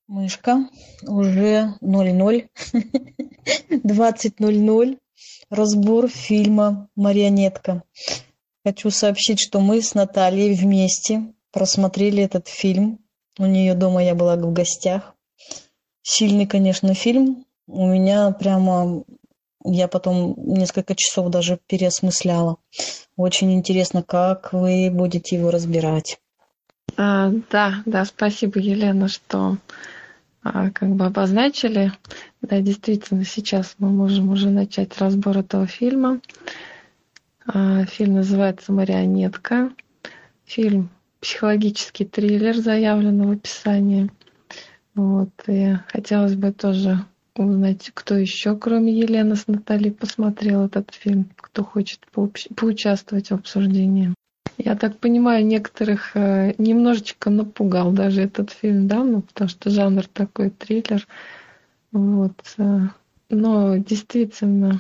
Мышка, уже 00, 20:00. Разбор фильма «Марионетка». Хочу сообщить, что мы с Натальей вместе просмотрели этот фильм. У нее дома я была в гостях. Сильный, конечно, фильм. У меня прямо... Я потом несколько часов даже переосмысляла. Очень интересно, как вы будете его разбирать. Да, спасибо, Елена, что как бы обозначили. Да, действительно, сейчас мы можем уже начать разбор этого фильма. Фильм называется «Марионетка». Фильм психологический триллер, заявлено в описании. Вот, и хотелось бы тоже узнать, кто еще, кроме Елены с Натальей, посмотрел этот фильм, кто хочет поучаствовать в обсуждении. Я так понимаю, некоторых немножечко напугал даже этот фильм, да, ну, потому что жанр такой триллер. Вот. Но действительно,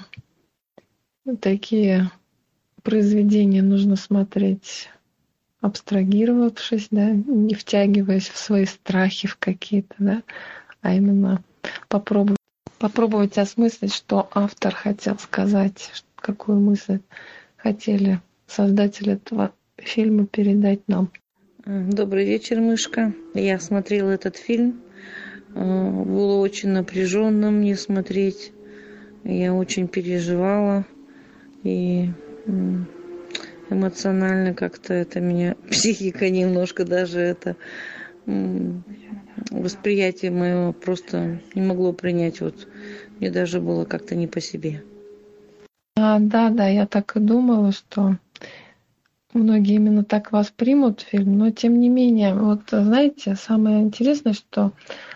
такие произведения нужно смотреть, абстрагировавшись, да, не втягиваясь в свои страхи в какие-то, да, а именно попробовать осмыслить, что автор хотел сказать, какую мысль хотели создатели этого фильма передать нам. Добрый вечер, Мышка. Я смотрела этот фильм. Было очень напряженно мне смотреть. Я очень переживала. И эмоционально как-то это меня, психика немножко даже это восприятие мое просто не могло принять. Вот мне даже было как-то не по себе. Да, я так и думала, что многие именно так воспримут фильм, но тем не менее, вот знаете, самое интересное, что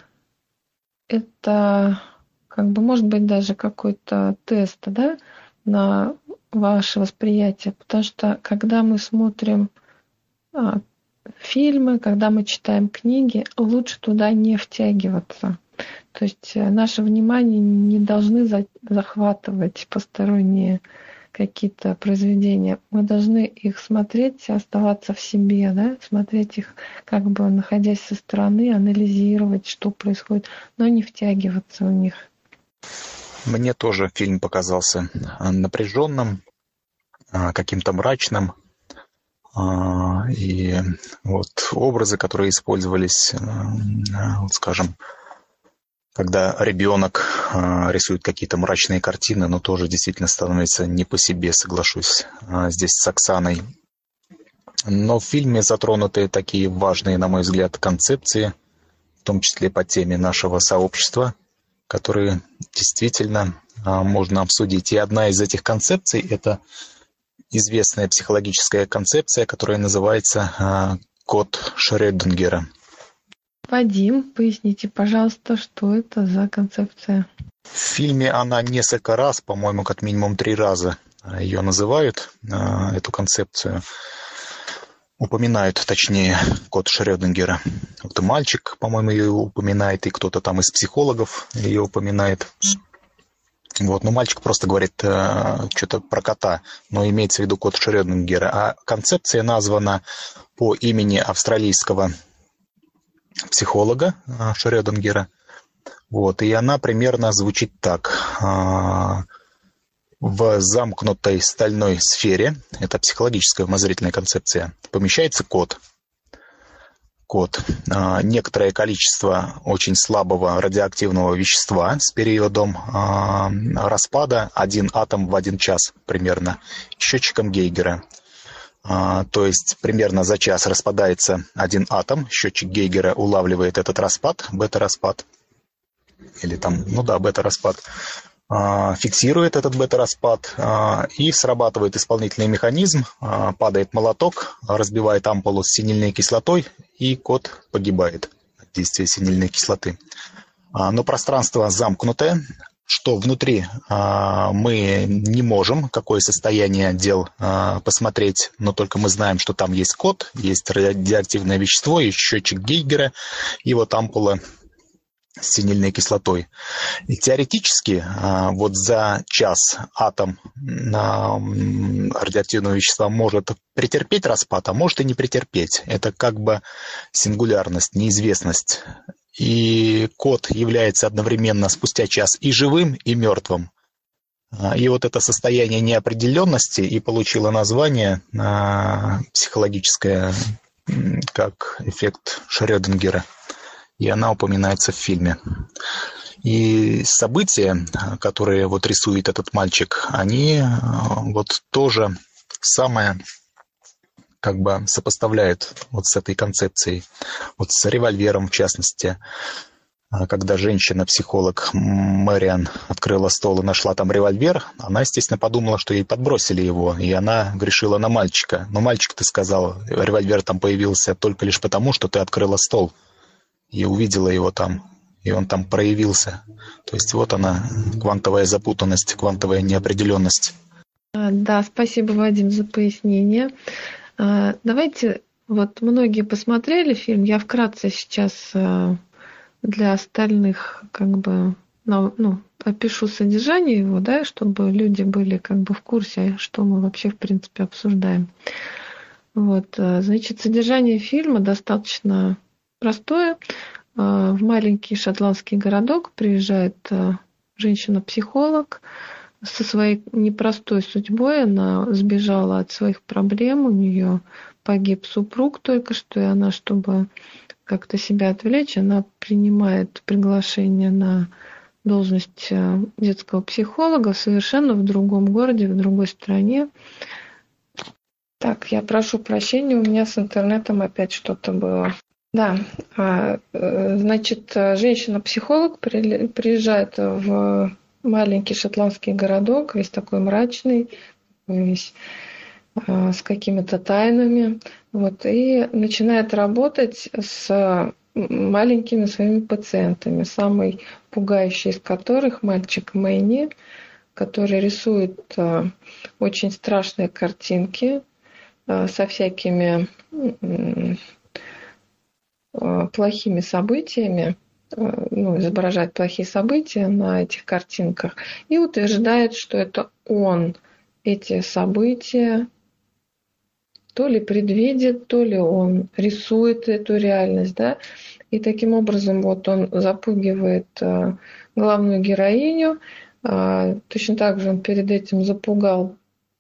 это как бы может быть даже какой-то тест, да, на ваше восприятие, потому что когда мы смотрим фильмы, когда мы читаем книги, лучше туда не втягиваться. То есть наше внимание не должны захватывать посторонние какие-то произведения. Мы должны их смотреть, оставаться в себе, да, смотреть их, как бы находясь со стороны, анализировать, что происходит, но не втягиваться в них. Мне тоже фильм показался напряженным, каким-то мрачным. И вот образы, которые использовались, вот скажем, когда ребенок рисует какие-то мрачные картины, но тоже действительно становится не по себе, соглашусь здесь с Оксаной. Но в фильме затронуты такие важные, на мой взгляд, концепции, в том числе по теме нашего сообщества, которые действительно можно обсудить. И одна из этих концепций – это известная психологическая концепция, которая называется «код Шрёдингера». Вадим, поясните, пожалуйста, что это за концепция? В фильме она несколько раз, по-моему, как минимум 3 раза ее называют, эту концепцию. Упоминают, точнее, код Шрёдингера. Вот и мальчик, по-моему, ее упоминает, и кто-то там из психологов ее упоминает. Вот, но мальчик просто говорит что-то про кота, но имеется в виду код Шрёдингера. А концепция названа по имени австралийского психолога Шрёдингера. Вот, и она примерно звучит так. В замкнутой стальной сфере, это психологическая умозрительная концепция, помещается код. Некоторое количество очень слабого радиоактивного вещества с периодом распада 1 атом в 1 час примерно, счетчиком Гейгера. То есть примерно за час распадается 1 атом, счетчик Гейгера улавливает этот распад, бета-распад, или там, бета-распад, фиксирует этот бета-распад, и срабатывает исполнительный механизм, падает молоток, разбивает ампулу с синильной кислотой, и кот погибает от действия синильной кислоты. Но пространство замкнутое, что внутри мы не можем, какое состояние дел посмотреть, но только мы знаем, что там есть код, есть радиоактивное вещество, есть счетчик Гейгера, и вот ампула с синильной кислотой. И теоретически вот за час атом радиоактивного вещества может претерпеть распад, а может и не претерпеть. Это как бы сингулярность, неизвестность. и кот является одновременно спустя час и живым, и мертвым. И вот это состояние неопределенности и получило название психологическое, как эффект Шрёдингера, и она упоминается в фильме. И события, которые вот рисует этот мальчик, они вот тоже самое как бы сопоставляют вот с этой концепцией, вот с револьвером в частности. Когда женщина-психолог Мэриан открыла стол и нашла там револьвер, она, естественно, подумала, что ей подбросили его, и она грешила на мальчика. Но мальчик, ты сказал, револьвер там появился только лишь потому, что ты открыла стол и увидела его там, и он там проявился. То есть вот она, квантовая запутанность, квантовая неопределенность. Да, спасибо, Вадим, за пояснение. Давайте, вот многие посмотрели фильм, я вкратце сейчас для остальных как бы опишу содержание его, да, чтобы люди были как бы в курсе, что мы вообще в принципе обсуждаем. Вот, значит, содержание фильма достаточно простое. В маленький шотландский городок приезжает женщина-психолог со своей непростой судьбой. Она сбежала от своих проблем, у нее погиб супруг только что, и она, чтобы как-то себя отвлечь, она принимает приглашение на должность детского психолога совершенно в другом городе, в другой стране. Так, я прошу прощения, у меня с интернетом опять что-то было. Да, значит, женщина-психолог приезжает в маленький шотландский городок, весь такой мрачный, весь с какими-то тайнами, вот, и начинает работать с маленькими своими пациентами, самый пугающий из которых мальчик Мэнни, который рисует очень страшные картинки со всякими плохими событиями, изображает плохие события на этих картинках и утверждает, что это он эти события то ли предвидит, то ли он рисует эту реальность, да, и таким образом вот он запугивает главную героиню. Точно так же он перед этим запугал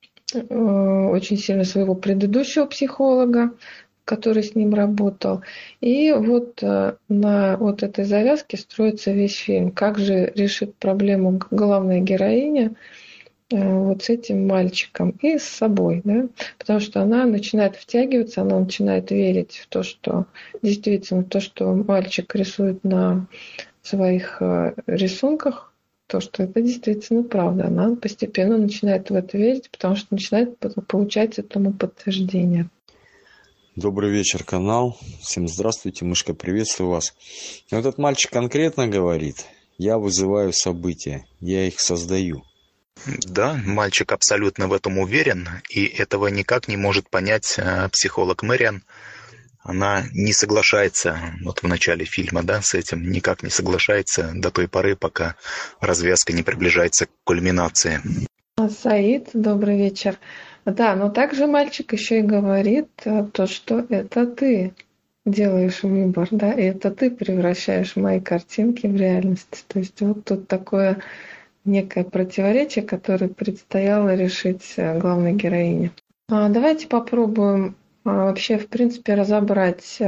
очень сильно своего предыдущего психолога, который с ним работал. И вот на вот этой завязке строится весь фильм. Как же решит проблему главная героиня вот с этим мальчиком и с собой, да? Потому что она начинает втягиваться, она начинает верить в то, что действительно то, что мальчик рисует на своих рисунках, то, что это действительно правда. Она постепенно начинает в это верить, потому что начинает получать этому подтверждение. Добрый вечер, канал. Всем здравствуйте, Мышка, приветствую вас. И вот этот мальчик конкретно говорит: я вызываю события, я их создаю. Да, мальчик абсолютно в этом уверен, и этого никак не может понять психолог Мэриан. Она не соглашается, вот в начале фильма, да, с этим, никак не соглашается до той поры, пока развязка не приближается к кульминации. Саид, добрый вечер. Да, но также мальчик еще и говорит то, что это ты делаешь выбор, да, и это ты превращаешь мои картинки в реальность. То есть вот тут такое некое противоречие, которое предстояло решить главной героине. Давайте попробуем вообще, в принципе, разобрать,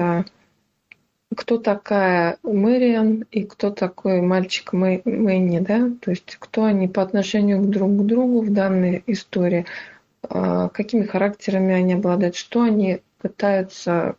кто такая Мэриан и кто такой мальчик Мэнни, да, то есть кто они по отношению друг к другу в данной истории, какими характерами они обладают, что они пытаются,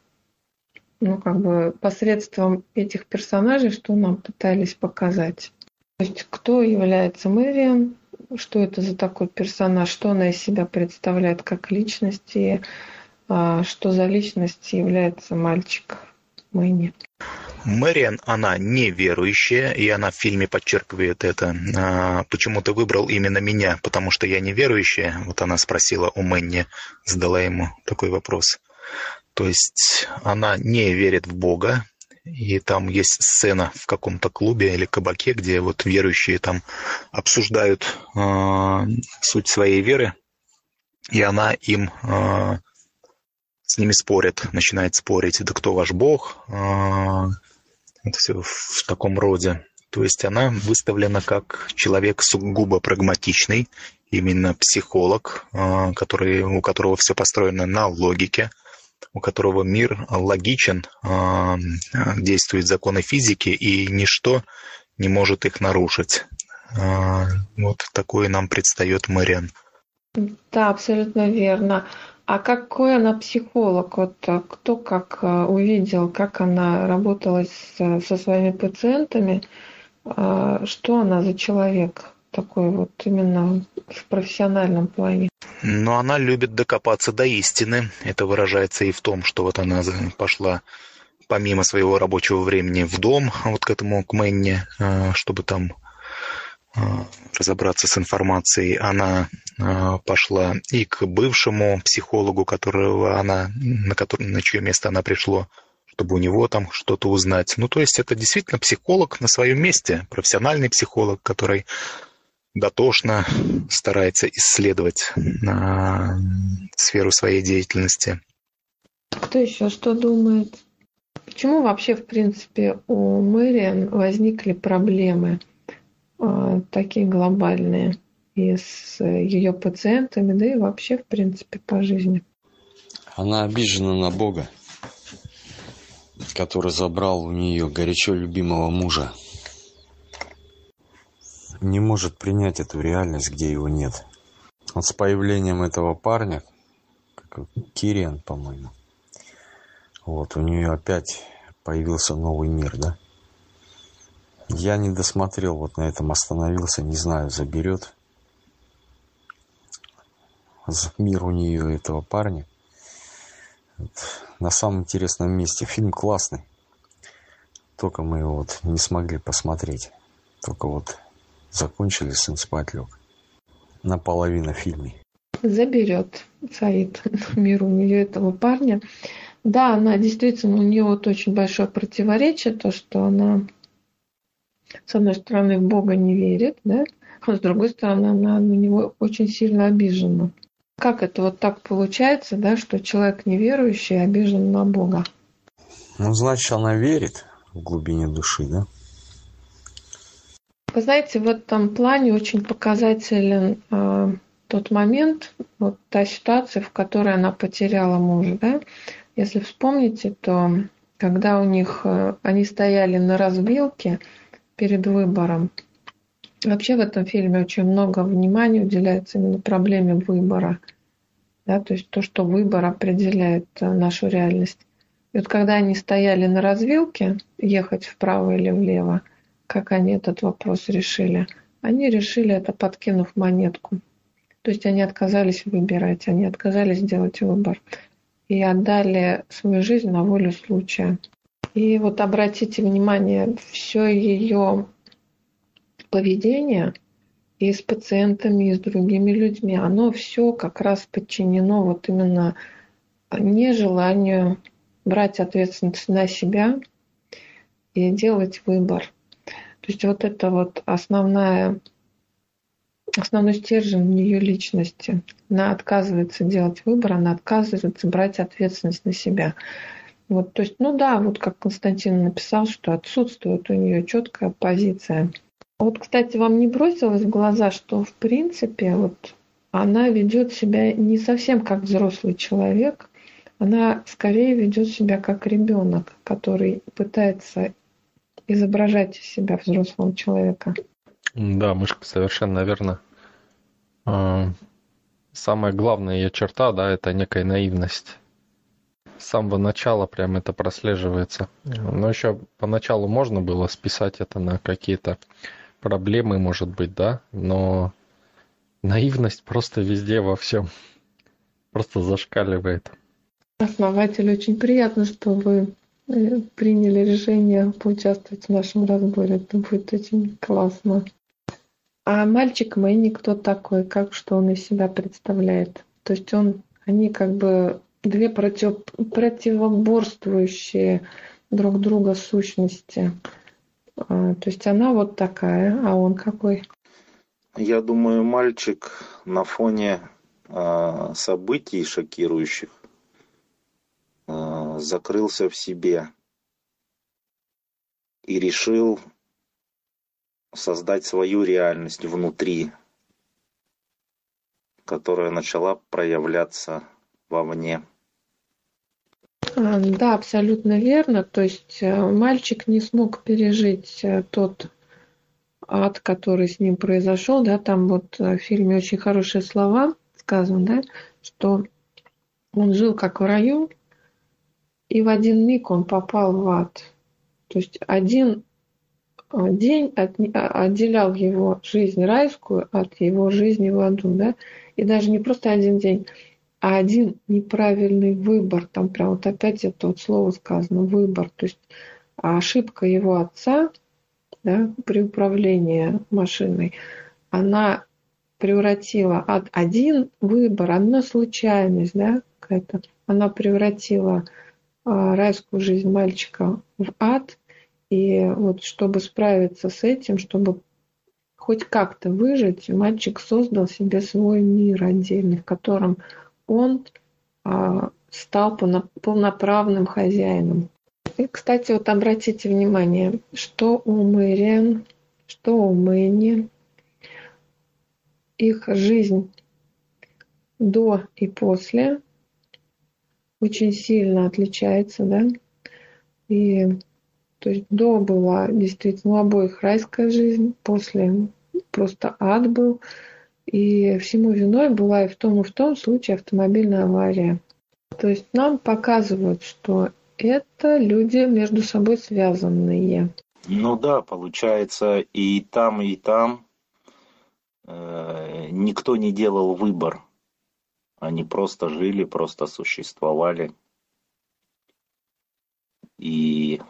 посредством этих персонажей, что нам пытались показать. То есть кто является Мэриан, что это за такой персонаж, что она из себя представляет как личность и что за личность является мальчик Мэнни. Мэриан, она неверующая, и она в фильме подчеркивает это. Почему ты выбрал именно меня? Потому что я неверующая. Вот она спросила у Мэнни, задала ему такой вопрос. То есть она не верит в Бога, и там есть сцена в каком-то клубе или кабаке, где вот верующие там обсуждают суть своей веры, и она им с ними спорит, начинает спорить, да кто ваш Бог, Это все в таком роде. То есть она выставлена как человек сугубо прагматичный, именно психолог, у которого все построено на логике, у которого мир логичен, действуют законы физики, и ничто не может их нарушить. Вот такой нам предстает Мэриан. Да, абсолютно верно. А какой она психолог? Вот кто как увидел, как она работала со своими пациентами, что она за человек такой вот именно в профессиональном плане? Но она любит докопаться до истины. Это выражается и в том, что вот она пошла помимо своего рабочего времени в дом, вот к Мэнни, чтобы там разобраться с информацией. Она пошла и к бывшему психологу, на чье место она пришла, чтобы у него там что-то узнать. Ну, то есть это действительно психолог на своем месте, профессиональный психолог, который дотошно старается исследовать сферу своей деятельности. Кто еще что думает? Почему вообще, в принципе, у Мэриан возникли проблемы такие глобальные и с ее пациентами, да и вообще, в принципе, по жизни? Она обижена на Бога, который забрал у нее горячо любимого мужа. Не может принять эту реальность, где его нет. Вот с появлением этого парня, Кириан, по-моему, вот у нее опять появился новый мир, да? Я не досмотрел, вот на этом остановился, не знаю, заберет мир у нее этого парня. Вот. На самом интересном месте. Фильм классный. Только мы его вот не смогли посмотреть. Только вот закончили, сын спать лег. Наполовину фильма. Заберет Саид мир у нее этого парня. Да, она действительно, у нее вот очень большое противоречие, то, что она, с одной стороны, в Бога не верит, да, а с другой стороны, она на него очень сильно обижена. Как это вот так получается, да, что человек неверующий обижен на Бога? Ну, значит, она верит в глубине души, да? Вы знаете, в этом плане очень показателен тот момент, вот та ситуация, в которой она потеряла мужа, да. Если вспомните, то когда они стояли на развилке перед выбором, вообще в этом фильме очень много внимания уделяется именно проблеме выбора, да, то есть то, что выбор определяет нашу реальность. И вот когда они стояли на развилке, ехать вправо или влево, как они этот вопрос решили? Они решили это, подкинув монетку. То есть они отказались выбирать, они отказались делать выбор. И отдали свою жизнь на волю случая. И вот обратите внимание, все ее поведение и с пациентами, и с другими людьми, оно все как раз подчинено вот именно нежеланию брать ответственность на себя и делать выбор. То есть вот это вот основной стержень ее личности. Она отказывается делать выбор, она отказывается брать ответственность на себя. Вот, то есть, ну да, вот как Константин написал, что отсутствует у нее четкая позиция. Вот, кстати, вам не бросилось в глаза, что в принципе вот она ведет себя не совсем как взрослый человек, она скорее ведет себя как ребенок, который пытается изображать из себя взрослого человека. Да, Мышка, совершенно верно. Самая главная ее черта, да, это некая наивность. С самого начала прям это прослеживается. Но еще поначалу можно было списать это на какие-то проблемы, может быть, да, но наивность просто везде во всем просто зашкаливает. Основатель, очень приятно, что вы приняли решение поучаствовать в нашем разборе. Это будет очень классно. А мальчик Мэнни кто такой? Что он из себя представляет? То есть они как бы две противоборствующие друг друга сущности. То есть она вот такая, а он какой? Я думаю, мальчик на фоне событий шокирующих закрылся в себе. и решил создать свою реальность внутри, которая начала проявляться вовне. Да, абсолютно верно. То есть мальчик не смог пережить тот ад, который с ним произошел. Да, там вот в фильме очень хорошие слова сказаны, да, что он жил как в раю, и в один миг он попал в ад. То есть один день отделял его жизнь райскую от его жизни в аду. Да? И даже не просто один день, а один неправильный выбор. Там прям вот опять это вот слово сказано, выбор. То есть ошибка его отца, да, при управлении машиной, она превратила один выбор, одна случайность, да, какая-то, она превратила райскую жизнь мальчика в ад. И вот чтобы справиться с этим, чтобы хоть как-то выжить, мальчик создал себе свой мир отдельный, в котором он стал полноправным хозяином. И, кстати, вот обратите внимание, что у Мэриан, что у Мэнни, их жизнь до и после очень сильно отличается, да? И то есть до была действительно у обоих райская жизнь, после просто ад был. И всему виной была и в том случае автомобильная авария. То есть нам показывают, что это люди между собой связанные. Ну да, получается, и там никто не делал выбор. Они просто жили, просто существовали. И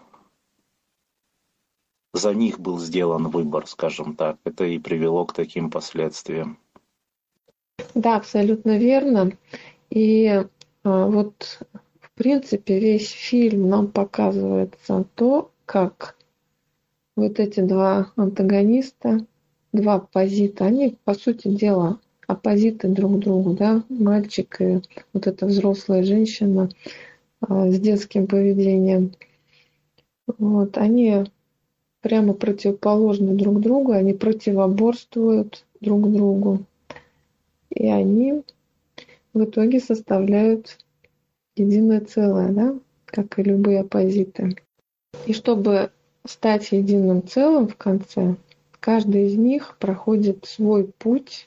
за них был сделан выбор, скажем так. Это и привело к таким последствиям. Да, абсолютно верно. И вот, в принципе, весь фильм нам показывается то, как вот эти два антагониста, два оппозита, они, по сути дела, оппозиты друг другу, да, мальчик и вот эта взрослая женщина с детским поведением. Вот, они прямо противоположны друг другу, они противоборствуют друг другу. И они в итоге составляют единое целое, да, как и любые оппозиты. И чтобы стать единым целым в конце, каждый из них проходит свой путь.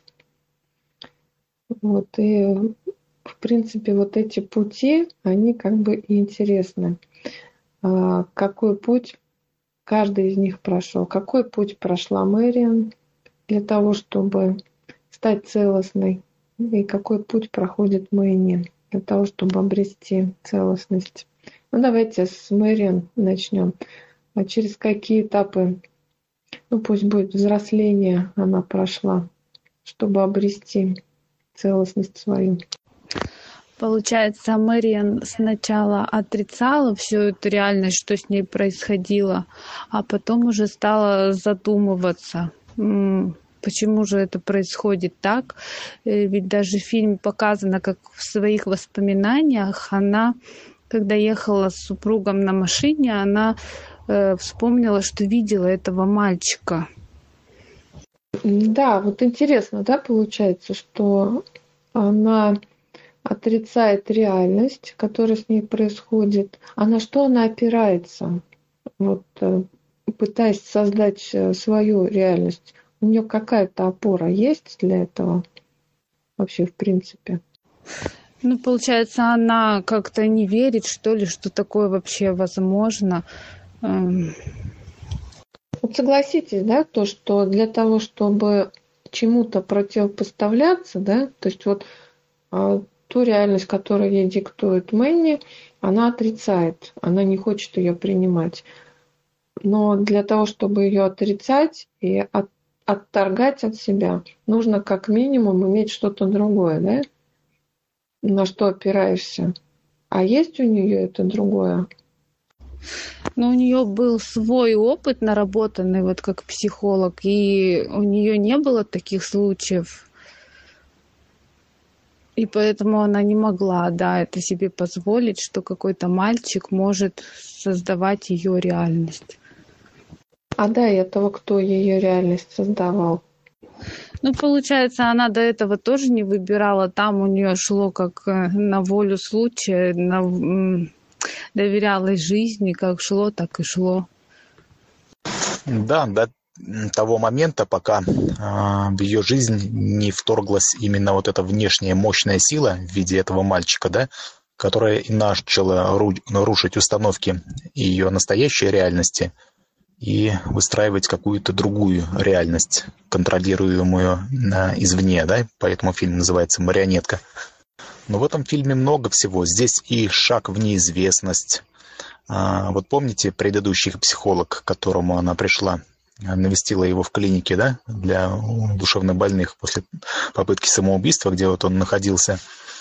Вот, и, в принципе, вот эти пути, они как бы и интересны. Какой путь каждый из них прошел? Какой путь прошла Мэриан для того, чтобы стать целостной? И какой путь проходит Мэнни для того, чтобы обрести целостность? Ну, давайте с Мэриан начнем. А через какие этапы, ну пусть будет взросление, она прошла, чтобы обрести целостность свою? Получается, Мэриан сначала отрицала всю эту реальность, что с ней происходило, а потом уже стала задумываться, почему же это происходит так. Ведь даже в фильме показано, как в своих воспоминаниях она, когда ехала с супругом на машине, она вспомнила, что видела этого мальчика. Да, вот интересно, да, получается, что она отрицает реальность, которая с ней происходит. А на что она опирается, вот, пытаясь создать свою реальность? У нее какая-то опора есть для этого вообще в принципе? Ну, получается, она как-то не верит, что ли, что такое вообще возможно. Вот согласитесь, да, то, что для того, чтобы чему-то противопоставляться, да, то есть вот ту реальность, которую ей диктует Мэнни, она отрицает, она не хочет ее принимать. Но для того, чтобы ее отрицать и отторгать от себя, нужно как минимум иметь что-то другое, да, на что опираешься. А есть у нее это другое? Но у нее был свой опыт наработанный, вот как психолог, и у нее не было таких случаев. И поэтому она не могла, да, это себе позволить, что какой-то мальчик может создавать ее реальность. А до этого кто ее реальность создавал? Ну, получается, она до этого тоже не выбирала. Там у нее шло как на волю случая, доверялась жизни, как шло, так и шло. Да, до того момента, пока в ее жизнь не вторглась именно вот эта внешняя мощная сила в виде этого мальчика, да, которая и начала рушить установки ее настоящей реальности и выстраивать какую-то другую реальность, контролируемую извне, да, поэтому фильм называется «Марионетка». Но в этом фильме много всего. Здесь и шаг в неизвестность. Вот помните предыдущий психолог, к которому она пришла, навестила его в клинике, да, для душевнобольных после попытки самоубийства, где вот он находился.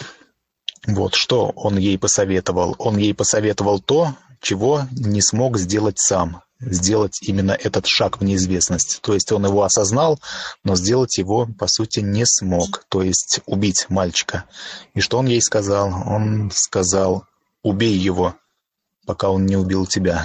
Вот что он ей посоветовал. Он ей посоветовал то, чего не смог сделать сам. Сделать именно этот шаг в неизвестность. То есть он его осознал, но сделать его, по сути, не смог. То есть убить мальчика. И что он ей сказал? Он сказал: убей его, пока он не убил тебя.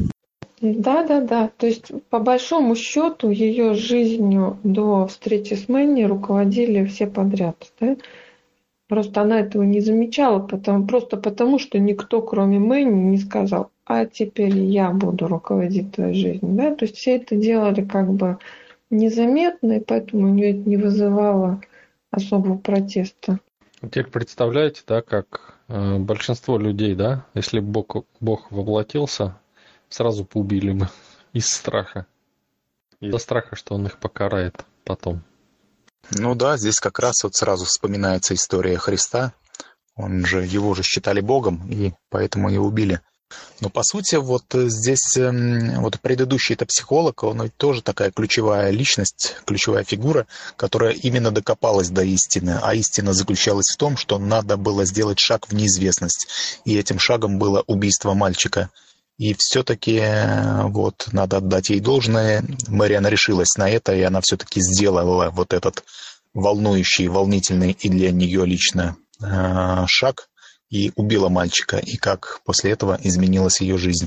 Да. То есть, по большому счету, ее жизнью до встречи с Мэнни руководили все подряд. Да? Просто она этого не замечала, просто потому, что никто, кроме Мэнни, не сказал: а теперь я буду руководить твоей жизнью. Да? То есть все это делали как бы незаметно, и поэтому у нее это не вызывало особого протеста. Теперь представляете, да, как большинство людей, да, если бы Бог воплотился, сразу поубили бы из страха. Из-за страха, что он их покарает потом. Ну да, здесь как раз вот сразу вспоминается история Христа. Его же считали Богом, и поэтому и убили. Но по сути вот здесь вот предыдущий-то психолог, он ведь тоже такая ключевая личность, ключевая фигура, которая именно докопалась до истины. А истина заключалась в том, что надо было сделать шаг в неизвестность. И этим шагом было убийство мальчика. И все-таки вот надо отдать ей должное. Мэриан решилась на это, и она все-таки сделала вот этот волнующий, волнительный и для нее лично шаг, и убила мальчика, и как после этого изменилась ее жизнь.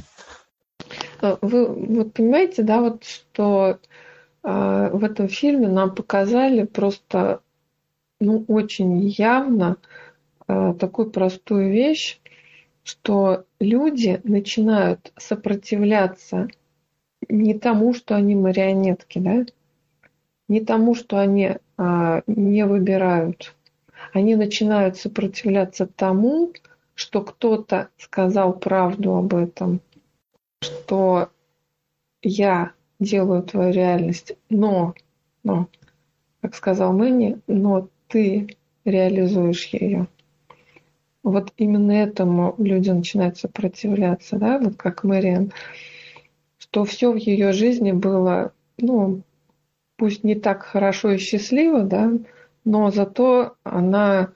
Вы вот понимаете, да, вот что в этом фильме нам показали просто, очень явно такую простую вещь, что люди начинают сопротивляться не тому, что они марионетки, да, не тому, что они не выбирают. Они начинают сопротивляться тому, что кто-то сказал правду об этом, что я делаю твою реальность, но, как сказал Мэнни, но ты реализуешь ее. Вот именно этому люди начинают сопротивляться, да, вот как Мэриан, что все в ее жизни было, пусть не так хорошо и счастливо, да, но зато она,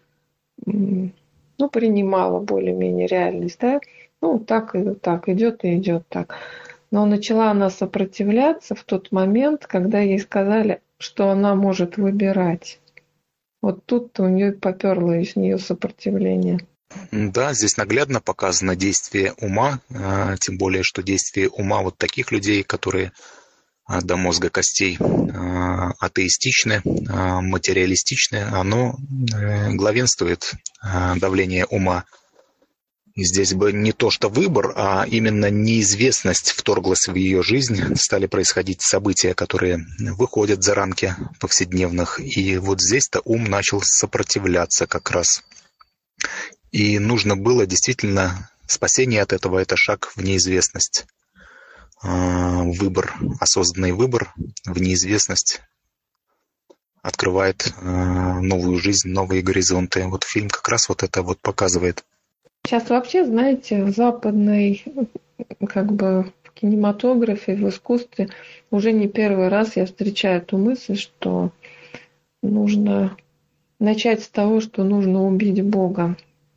принимала более-менее реальность, да, так идет и идет так. Но начала она сопротивляться в тот момент, когда ей сказали, что она может выбирать. Вот тут-то у нее поперло из нее сопротивление. Да, здесь наглядно показано действие ума, тем более, что действие ума вот таких людей, которые до мозга костей атеистичны, материалистичны, оно главенствует давление ума. И здесь бы не то что выбор, а именно неизвестность вторглась в ее жизнь, стали происходить события, которые выходят за рамки повседневных. И вот здесь-то ум начал сопротивляться как раз. И нужно было действительно спасение от этого, это шаг в неизвестность. Выбор, осознанный выбор в неизвестность открывает новую жизнь, новые горизонты. Вот фильм как раз вот это вот показывает. Сейчас вообще, знаете, в западной, в кинематографе, в искусстве уже не первый раз я встречаю эту мысль, что нужно начать с того, что нужно убить Бога.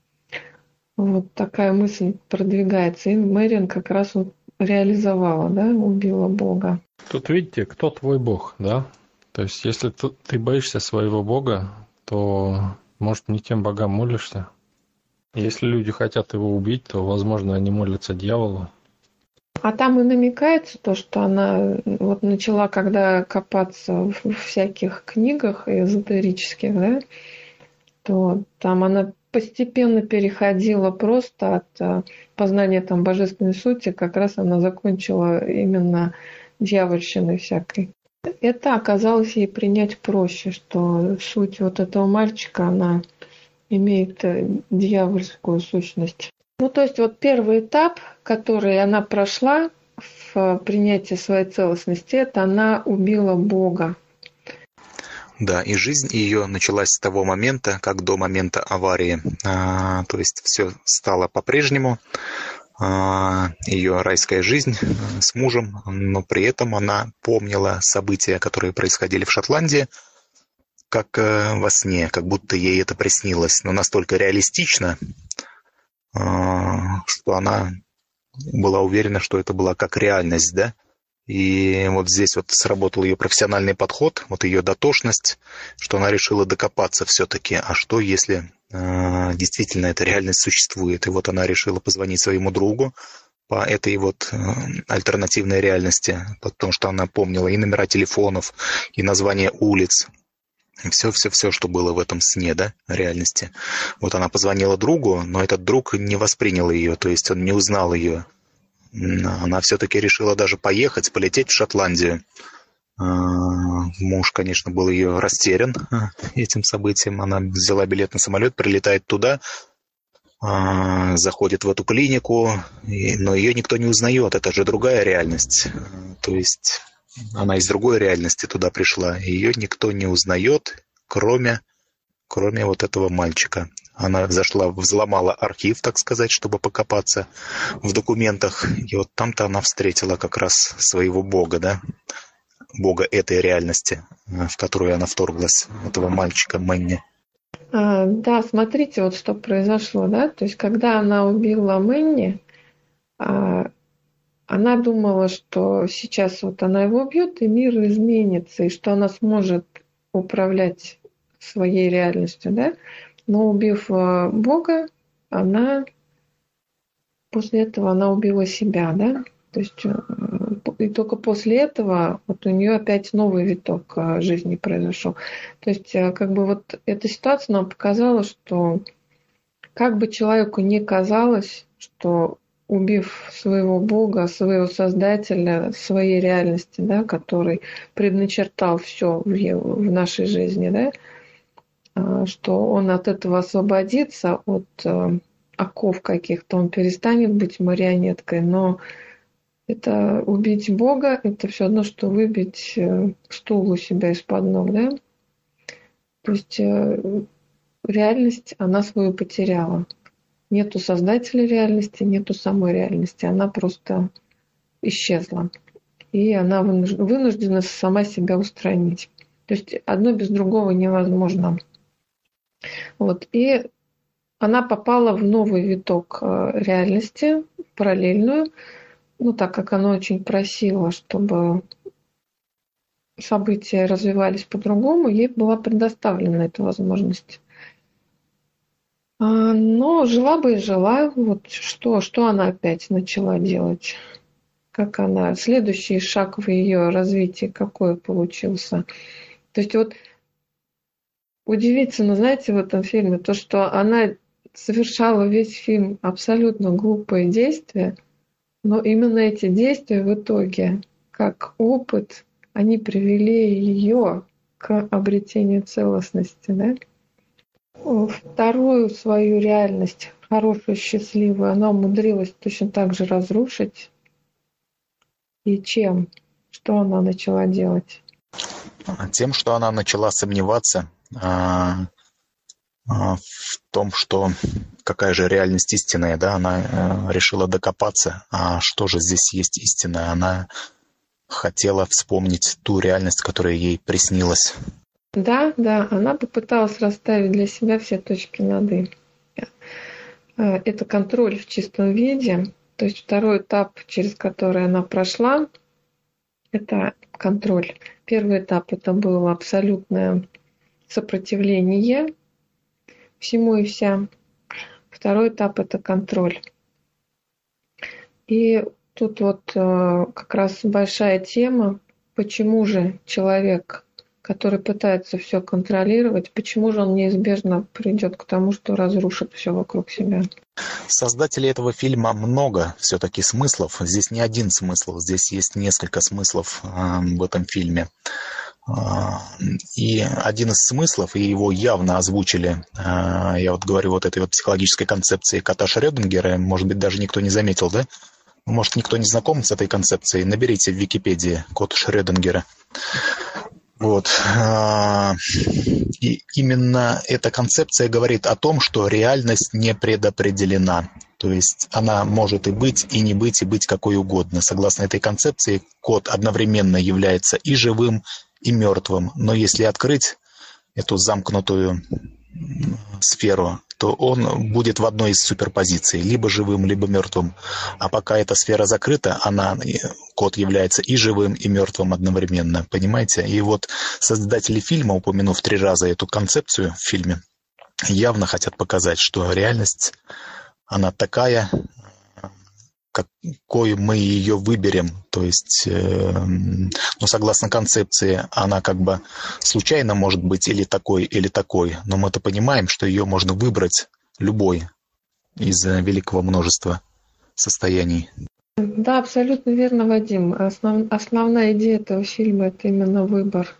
Вот такая мысль продвигается. И Мэриан как раз реализовала, да, убила Бога. Тут видите, кто твой Бог, да? То есть, если ты боишься своего Бога, то, может, не тем богам молишься. Если люди хотят его убить, то, возможно, они молятся дьяволу. А там и намекается то, что она вот начала, когда копаться в всяких книгах эзотерических, да, то там она постепенно переходила просто от познания там божественной сути, как раз она закончила именно дьявольщиной всякой. Это оказалось ей принять проще, что суть вот этого мальчика, она имеет дьявольскую сущность. Ну, то есть вот первый этап, который она прошла в принятии своей целостности, это она убила Бога. Да, и жизнь ее началась с того момента, как до момента аварии. То есть все стало по-прежнему. Ее райская жизнь с мужем, но при этом она помнила события, которые происходили в Шотландии, как во сне, как будто ей это приснилось, но настолько реалистично, что она была уверена, что это была как реальность, да. И вот здесь вот сработал ее профессиональный подход, вот ее дотошность, что она решила докопаться все-таки, а что если действительно эта реальность существует. И вот она решила позвонить своему другу по этой вот альтернативной реальности, потому что она помнила и номера телефонов, и названия улиц, и все, что было в этом сне, да, реальности. Вот она позвонила другу, но этот друг не воспринял ее, то есть он не узнал ее. Она все-таки решила даже полететь в Шотландию. Муж, конечно, был ее растерян этим событием. Она взяла билет на самолет, прилетает туда, заходит в эту клинику, но ее никто не узнает. Это же другая реальность. То есть она из другой реальности туда пришла. Ее никто не узнает, кроме вот этого мальчика. Она зашла, взломала архив, так сказать, чтобы покопаться в документах. И вот там-то она встретила как раз своего бога, да? Бога этой реальности, в которую она вторглась, этого мальчика Мэнни. Да, смотрите, вот что произошло, да? То есть, когда она убила Мэнни, она думала, что сейчас вот она его убьет, и мир изменится, и что она сможет управлять своей реальностью, да? Но убив Бога, после этого она убила себя, да? То есть и только после этого вот у нее опять новый виток жизни произошел. То есть как бы вот эта ситуация нам показала, что как бы человеку ни казалось, что убив своего Бога, своего Создателя, своей реальности, да, который предначертал все в нашей жизни, да, что он от этого освободится, от оков каких-то, он перестанет быть марионеткой, но это убить Бога, это все равно, что выбить стул у себя из-под ног, да? То есть реальность, она свою потеряла. Нету создателя реальности, нету самой реальности, она просто исчезла. И она вынуждена сама себя устранить. То есть одно без другого невозможно. Вот. И она попала в новый виток реальности, параллельную, ну, так как она очень просила, чтобы события развивались по-другому, ей была предоставлена эта возможность. Но жила бы и жила. Вот что она опять начала делать? Как она... Следующий шаг в ее развитии какой получился? То есть вот удивительно, знаете, в этом фильме, то, что она совершала весь фильм абсолютно глупые действия, но именно эти действия в итоге, как опыт, они привели ее к обретению целостности. Да? Вторую свою реальность, хорошую, счастливую, она умудрилась точно так же разрушить. И чем? Что она начала делать? Тем, что она начала сомневаться в том, что какая же реальность истинная, да, она решила докопаться, а что же здесь есть истинное. Она хотела вспомнить ту реальность, которая ей приснилась. Да, она попыталась расставить для себя все точки над «и». Это контроль в чистом виде. То есть второй этап, через который она прошла, это контроль. Первый этап это было абсолютное сопротивление всему и вся. Второй этап это контроль. И тут вот как раз большая тема, почему же человек, который пытается все контролировать, почему же он неизбежно придет к тому, что разрушит все вокруг себя. Создатели этого фильма много все-таки смыслов. Здесь не один смысл, здесь есть несколько смыслов в этом фильме. И один из смыслов, и его явно озвучили, я вот говорю, вот этой вот психологической концепции кота Шрёдингера, может быть, даже никто не заметил, да? Может, никто не знаком с этой концепцией? Наберите в Википедии кот Шрёдингера. Вот. И именно эта концепция говорит о том, что реальность не предопределена. То есть она может и быть, и не быть, и быть какой угодно. Согласно этой концепции, кот одновременно является и живым, и мертвым. Но если открыть эту замкнутую сферу, то он будет в одной из суперпозиций, либо живым, либо мертвым. А пока эта сфера закрыта, кот является и живым, и мертвым одновременно. Понимаете? И вот создатели фильма, упомянув 3 раза эту концепцию в фильме, явно хотят показать, что реальность, она такая, какой мы ее выберем. То есть, согласно концепции, она как бы случайно может быть или такой. Но мы-то понимаем, что ее можно выбрать любой из великого множества состояний. Да, абсолютно верно, Вадим. Основная идея этого фильма – это именно выбор.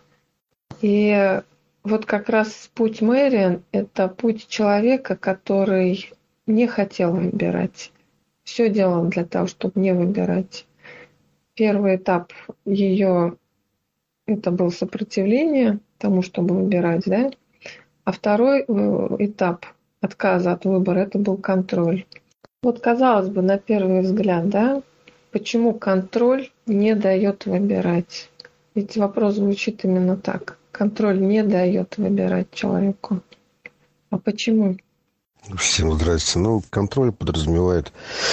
И вот как раз путь Мэриан – это путь человека, который не хотел выбирать. Все делал для того, чтобы не выбирать. Первый этап ее – это было сопротивление тому, чтобы выбирать, да? А второй этап отказа от выбора – это был контроль. Вот, казалось бы, на первый взгляд, да, почему контроль не дает выбирать? Ведь вопрос звучит именно так. Контроль не дает выбирать человеку. А почему? Всем здрасте. Контроль подразумевает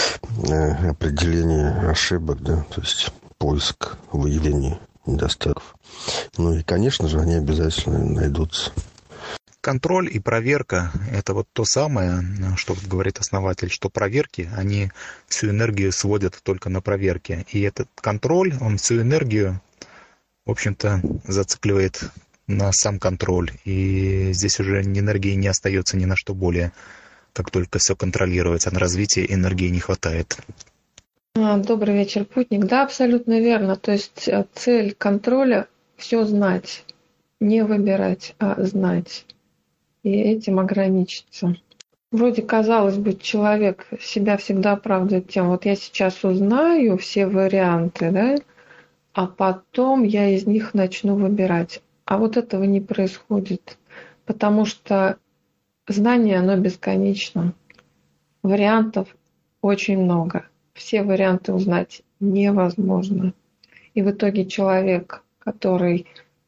определение ошибок, да, то есть поиск, выявление недостатков. И, конечно же, они обязательно найдутся. Контроль и проверка – это вот то самое, что говорит основатель, что проверки, они всю энергию сводят только на проверке. И этот контроль, он всю энергию, в общем-то, зацикливает на сам контроль. И здесь уже энергии не остается ни на что более. Как только все контролировать, а на развитие энергии не хватает. Добрый вечер, путник. Да, абсолютно верно. То есть цель контроля – все знать. Не выбирать, а знать. И этим ограничиться. Вроде, казалось бы, человек себя всегда оправдывает тем, вот я сейчас узнаю все варианты, да, а потом я из них начну выбирать. А вот этого не происходит, потому что знание, оно бесконечно. Вариантов очень много. Все варианты узнать невозможно. И в итоге человек, который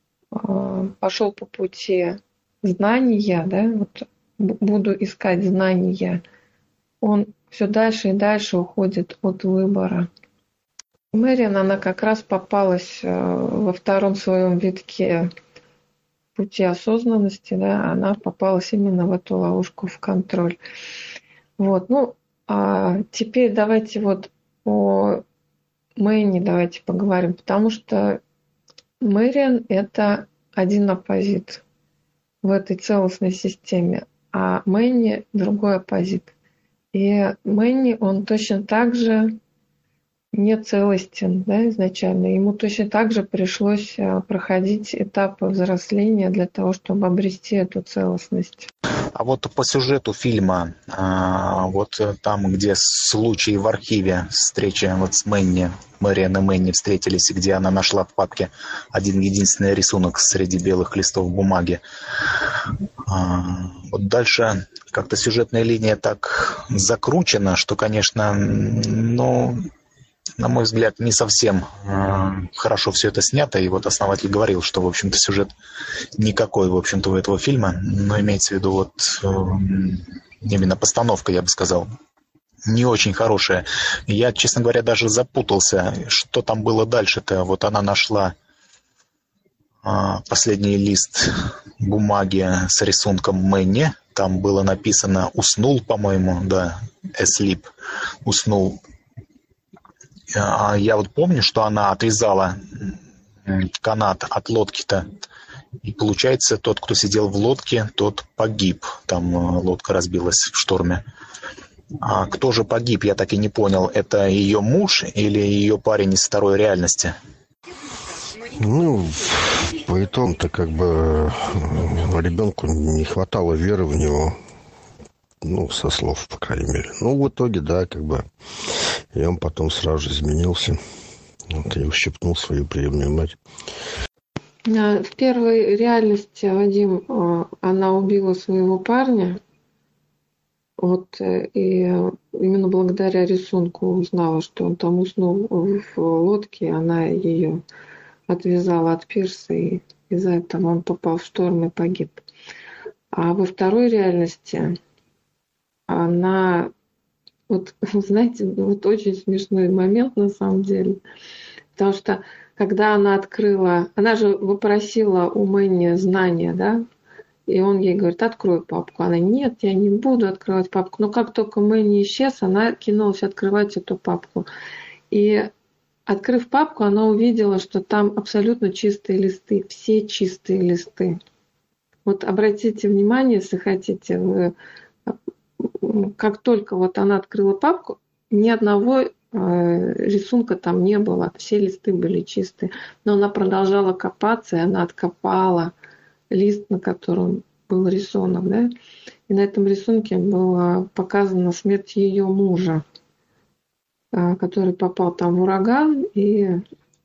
пошел по пути знания, да, вот буду искать знания, он все дальше и дальше уходит от выбора. Мэриан, она как раз попалась во втором своем витке пути осознанности, да, она попалась именно в эту ловушку, в контроль. Вот, а теперь давайте вот о Мэне давайте поговорим, потому что Мэриан – это один оппозит в этой целостной системе, а Мэнни – другой оппозит. И Мэнни, он точно так же не целостен, да, изначально. Ему точно так же пришлось проходить этапы взросления для того, чтобы обрести эту целостность. А вот по сюжету фильма, вот там, где случай в архиве, встреча вот с Мэриан и Мэнни встретились, и где она нашла в папке один единственный рисунок среди белых листов бумаги. Вот дальше как-то сюжетная линия так закручена, что, конечно, на мой взгляд, не совсем хорошо все это снято. И вот основатель говорил, что, в общем-то, сюжет никакой, в общем-то, у этого фильма. Но имеется в виду вот именно постановка, я бы сказал, не очень хорошая. Я, честно говоря, даже запутался, что там было дальше-то. Вот она нашла последний лист бумаги с рисунком Мэнни. Там было написано «Уснул», по-моему, да, «Asleep», «Уснул». Я вот помню, что она отвязала канат от лодки-то. И получается, тот, кто сидел в лодке, тот погиб. Там лодка разбилась в шторме. А кто же погиб, я так и не понял. Это ее муж или ее парень из второй реальности? Ну, по итогу-то как бы ребенку не хватало веры в него. Ну, со слов, по крайней мере. Ну, в итоге, да, как бы. И он потом сразу же изменился. Вот, и ущипнул свою приемную мать. В первой реальности, Вадим, она убила своего парня. Вот, и именно благодаря рисунку узнала, что он там уснул в лодке, она ее отвязала от пирса, и из-за этого он попал в шторм и погиб. А во второй реальности она, вот, знаете, вот очень смешной момент на самом деле, потому что когда она открыла, она же попросила у Мэнни знания, да, и он ей говорит: открой папку. Она: нет, я не буду открывать папку. Но как только Мэнни исчез, она кинулась открывать эту папку. И открыв папку, она увидела, что там абсолютно чистые листы, все чистые листы. Вот обратите внимание, если хотите, как только вот она открыла папку, ни одного рисунка там не было, все листы были чистые. Но она продолжала копаться, и она откопала лист, на котором был рисунок, да? И на этом рисунке была показана смерть ее мужа, который попал там в ураган и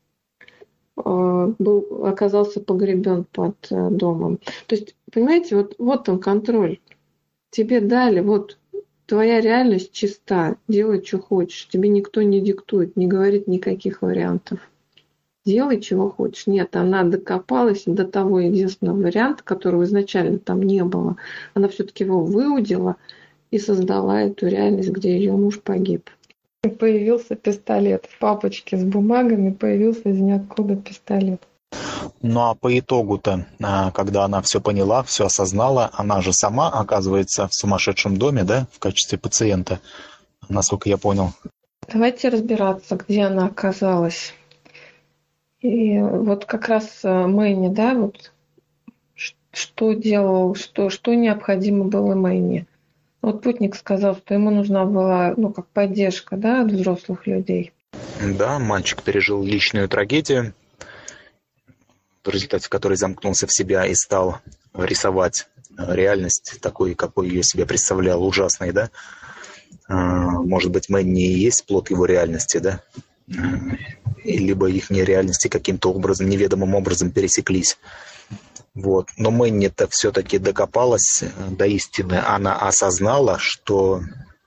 оказался погребен под домом. То есть, понимаете, вот он контроль. Тебе дали, вот твоя реальность чиста, делай, что хочешь. Тебе никто не диктует, не говорит никаких вариантов. Делай, чего хочешь. Нет, она докопалась до того единственного варианта, которого изначально там не было. Она все-таки его выудила и создала эту реальность, где ее муж погиб. Появился пистолет. В папочке с бумагами появился из ниоткуда пистолет. Ну а по итогу-то, когда она все поняла, все осознала, она же сама оказывается в сумасшедшем доме, да, в качестве пациента, насколько я понял. Давайте разбираться, где она оказалась. И вот как раз Мэнни, да, вот что делал, что необходимо было Мэнни. Вот путник сказал, что ему нужна была, как поддержка, да, от взрослых людей. Да, мальчик пережил личную трагедию, в результате которой замкнулся в себя и стал рисовать реальность такой, какой я себе представлял, ужасной, да. Может быть, Мэнни и есть плод его реальности, да. Либо их реальности каким-то образом, неведомым образом пересеклись. Вот. Но Мэнни-то все-таки докопалась до истины. Она осознала, что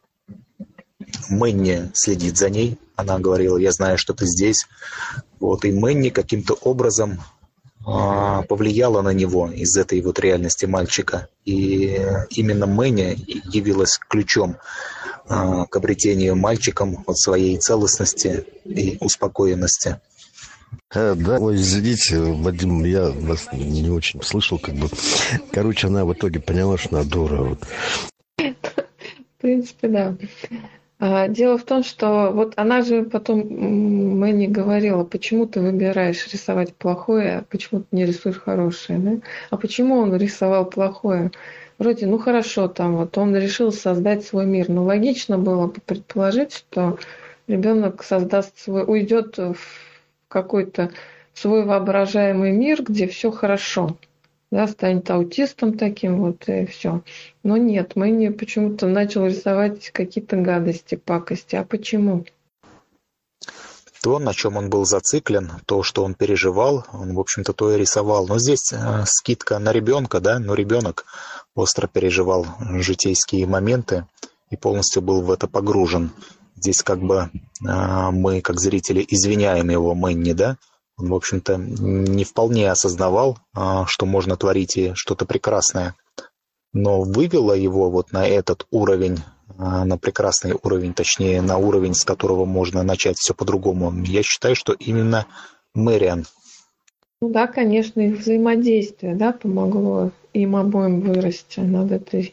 Мэнни следит за ней. Она говорила: я знаю, что ты здесь. Вот. И Мэнни каким-то образом повлияла на него из этой вот реальности мальчика. И именно Мэнни явилась ключом к обретению мальчиком от своей целостности и успокоенности. Да, ой, извините, Вадим, я вас не очень слышал, как бы. Короче, она в итоге поняла, что она дура. Вот. В принципе, да. Дело в том, что вот она же потом Мэнни говорила: почему ты выбираешь рисовать плохое, а почему ты не рисуешь хорошее, да? А почему он рисовал плохое? Вроде, хорошо, там вот он решил создать свой мир. Но логично было бы предположить, что ребенок уйдет в какой-то свой воображаемый мир, где все хорошо, да, станет аутистом таким вот и все. Но нет, Мэнни почему-то начал рисовать какие-то гадости, пакости. А почему? То, на чем он был зациклен, то, что он переживал, он, в общем-то, то и рисовал. Но здесь скидка на ребенка, да, но ребенок остро переживал житейские моменты и полностью был в это погружен. Здесь как бы мы, как зрители, извиняем его, Мэнни, да? Он, в общем-то, не вполне осознавал, что можно творить и что-то прекрасное. Но вывело его вот на этот уровень, на прекрасный уровень, точнее, на уровень, с которого можно начать все по-другому. Я считаю, что именно Мэриан. Да, конечно, их взаимодействие, да, помогло им обоим вырасти над этой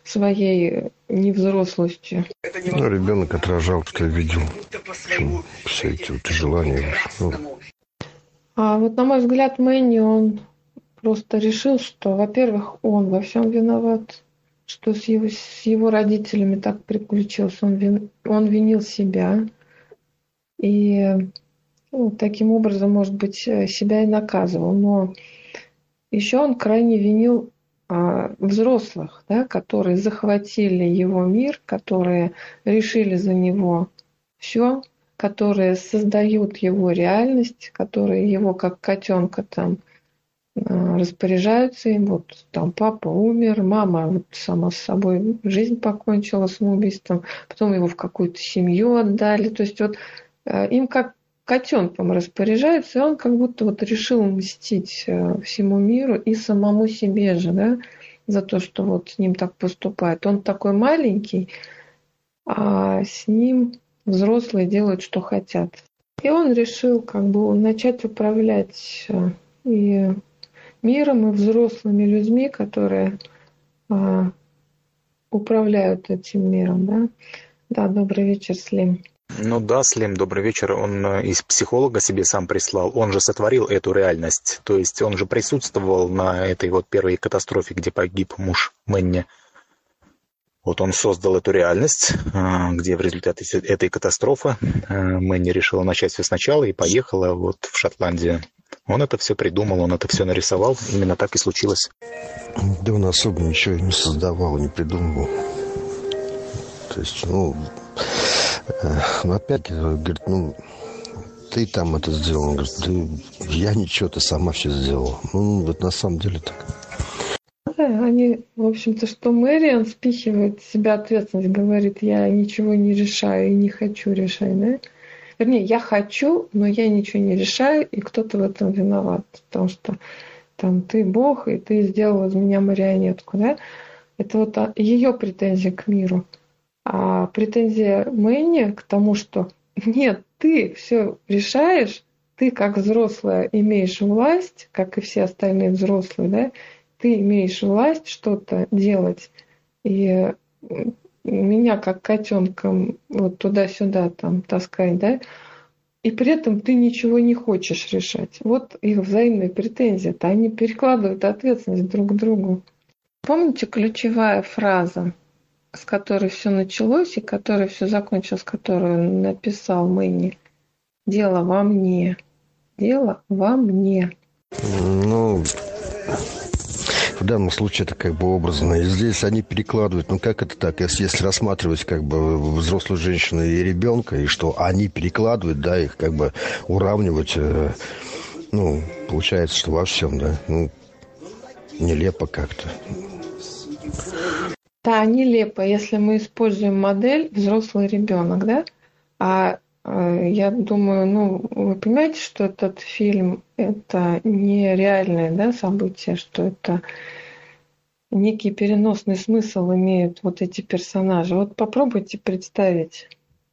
своей невзрослостью. Ну, ребенок отражал, кто видел, все эти вот желания. А вот, на мой взгляд, Мэнни, он просто решил, что, во-первых, он во всем виноват, что с его родителями так приключилось. Он винил себя. И таким образом, может быть, себя и наказывал. Но еще он крайне винил взрослых, да, которые захватили его мир, которые решили за него все, которые создают его реальность, которые его как котенка там распоряжаются им. Вот там папа умер, мама вот сама с собой жизнь покончила самоубийством, потом его в какую-то семью отдали. То есть вот им как котенком распоряжаются, и он как будто вот решил мстить всему миру и самому себе же, да, за то, что вот с ним так поступает. Он такой маленький, а с ним взрослые делают, что хотят. И он решил как бы начать управлять и миром, и взрослыми людьми, которые управляют этим миром. Да? Да, добрый вечер, Слим. Ну да, Слим, добрый вечер. Он из психолога себе сам прислал. Он же сотворил эту реальность. То есть он же присутствовал на этой вот первой катастрофе, где погиб муж Мэнни. Вот он создал эту реальность, где в результате этой катастрофы Мэнни решила начать все сначала и поехала вот в Шотландию. Он это все придумал, он это все нарисовал. Именно так и случилось. Да он особо ничего не создавал, не придумывал. То есть, опять, говорит, ты там это сделал. Он говорит, да я ничего, ты сама все сделала. Вот на самом деле так. Они, в общем-то, что Мэриан спихивает с себя ответственность, говорит, я ничего не решаю и не хочу решать, да? Вернее, я хочу, но я ничего не решаю, и кто-то в этом виноват. Потому что там ты Бог, и ты сделал из меня марионетку, да? Это вот ее претензия к миру. А претензия Мэнни к тому, что нет, ты все решаешь, ты как взрослая имеешь власть, как и все остальные взрослые, да? Ты имеешь власть что-то делать, и меня как котенком вот туда-сюда там таскать, да, и при этом ты ничего не хочешь решать. Вот их взаимные претензии-то, они перекладывают ответственность друг к другу. Помните ключевая фраза, с которой все началось и которой все закончилось, которую написал Мэнни? Дело во мне. Дело во мне. В данном случае это как бы образно. И здесь они перекладывают, как это так, если рассматривать как бы взрослую женщину и ребенка, и что они перекладывают, да, их как бы уравнивать, получается, что во всем, да, нелепо как-то. Да, нелепо, если мы используем модель взрослый ребенок, да, я думаю, вы понимаете, что этот фильм – это не реальное, да, событие, что это некий переносный смысл имеют вот эти персонажи. Вот попробуйте представить,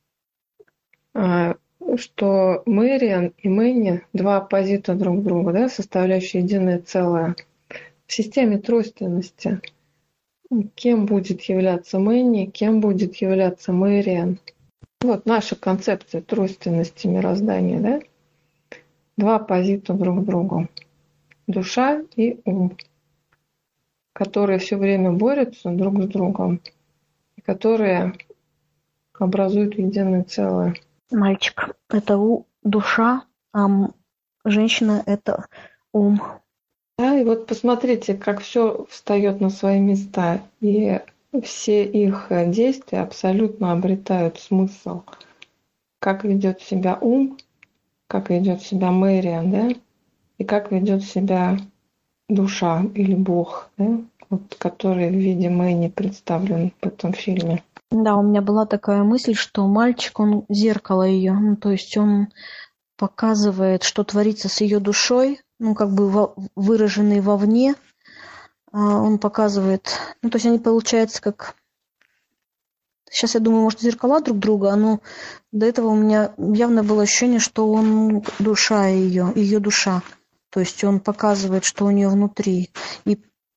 что Мэриан и Мэнни – два оппозита друг друга, да, составляющие единое целое. В системе тройственности кем будет являться Мэнни, кем будет являться Мэриан? Вот наша концепция тройственности мироздания, да? Два оппозита друг другу. Душа и ум, которые все время борются друг с другом, и которые образуют единое целое. Мальчик – это душа, а женщина – это ум. Да, и вот посмотрите, как все встает на свои места. И все их действия абсолютно обретают смысл. Как ведет себя ум, как ведет себя Мэриан, да, и как ведет себя душа или Бог, да, вот, который в виде Мэнни представлен в этом фильме. Да, у меня была такая мысль, что мальчик, он зеркало ее, то есть он показывает, что творится с ее душой, как бы выраженный вовне. Он показывает, то есть они, получается, как... Сейчас, я думаю, может, зеркала друг друга, но до этого у меня явно было ощущение, что он душа ее душа. То есть он показывает, что у нее внутри. И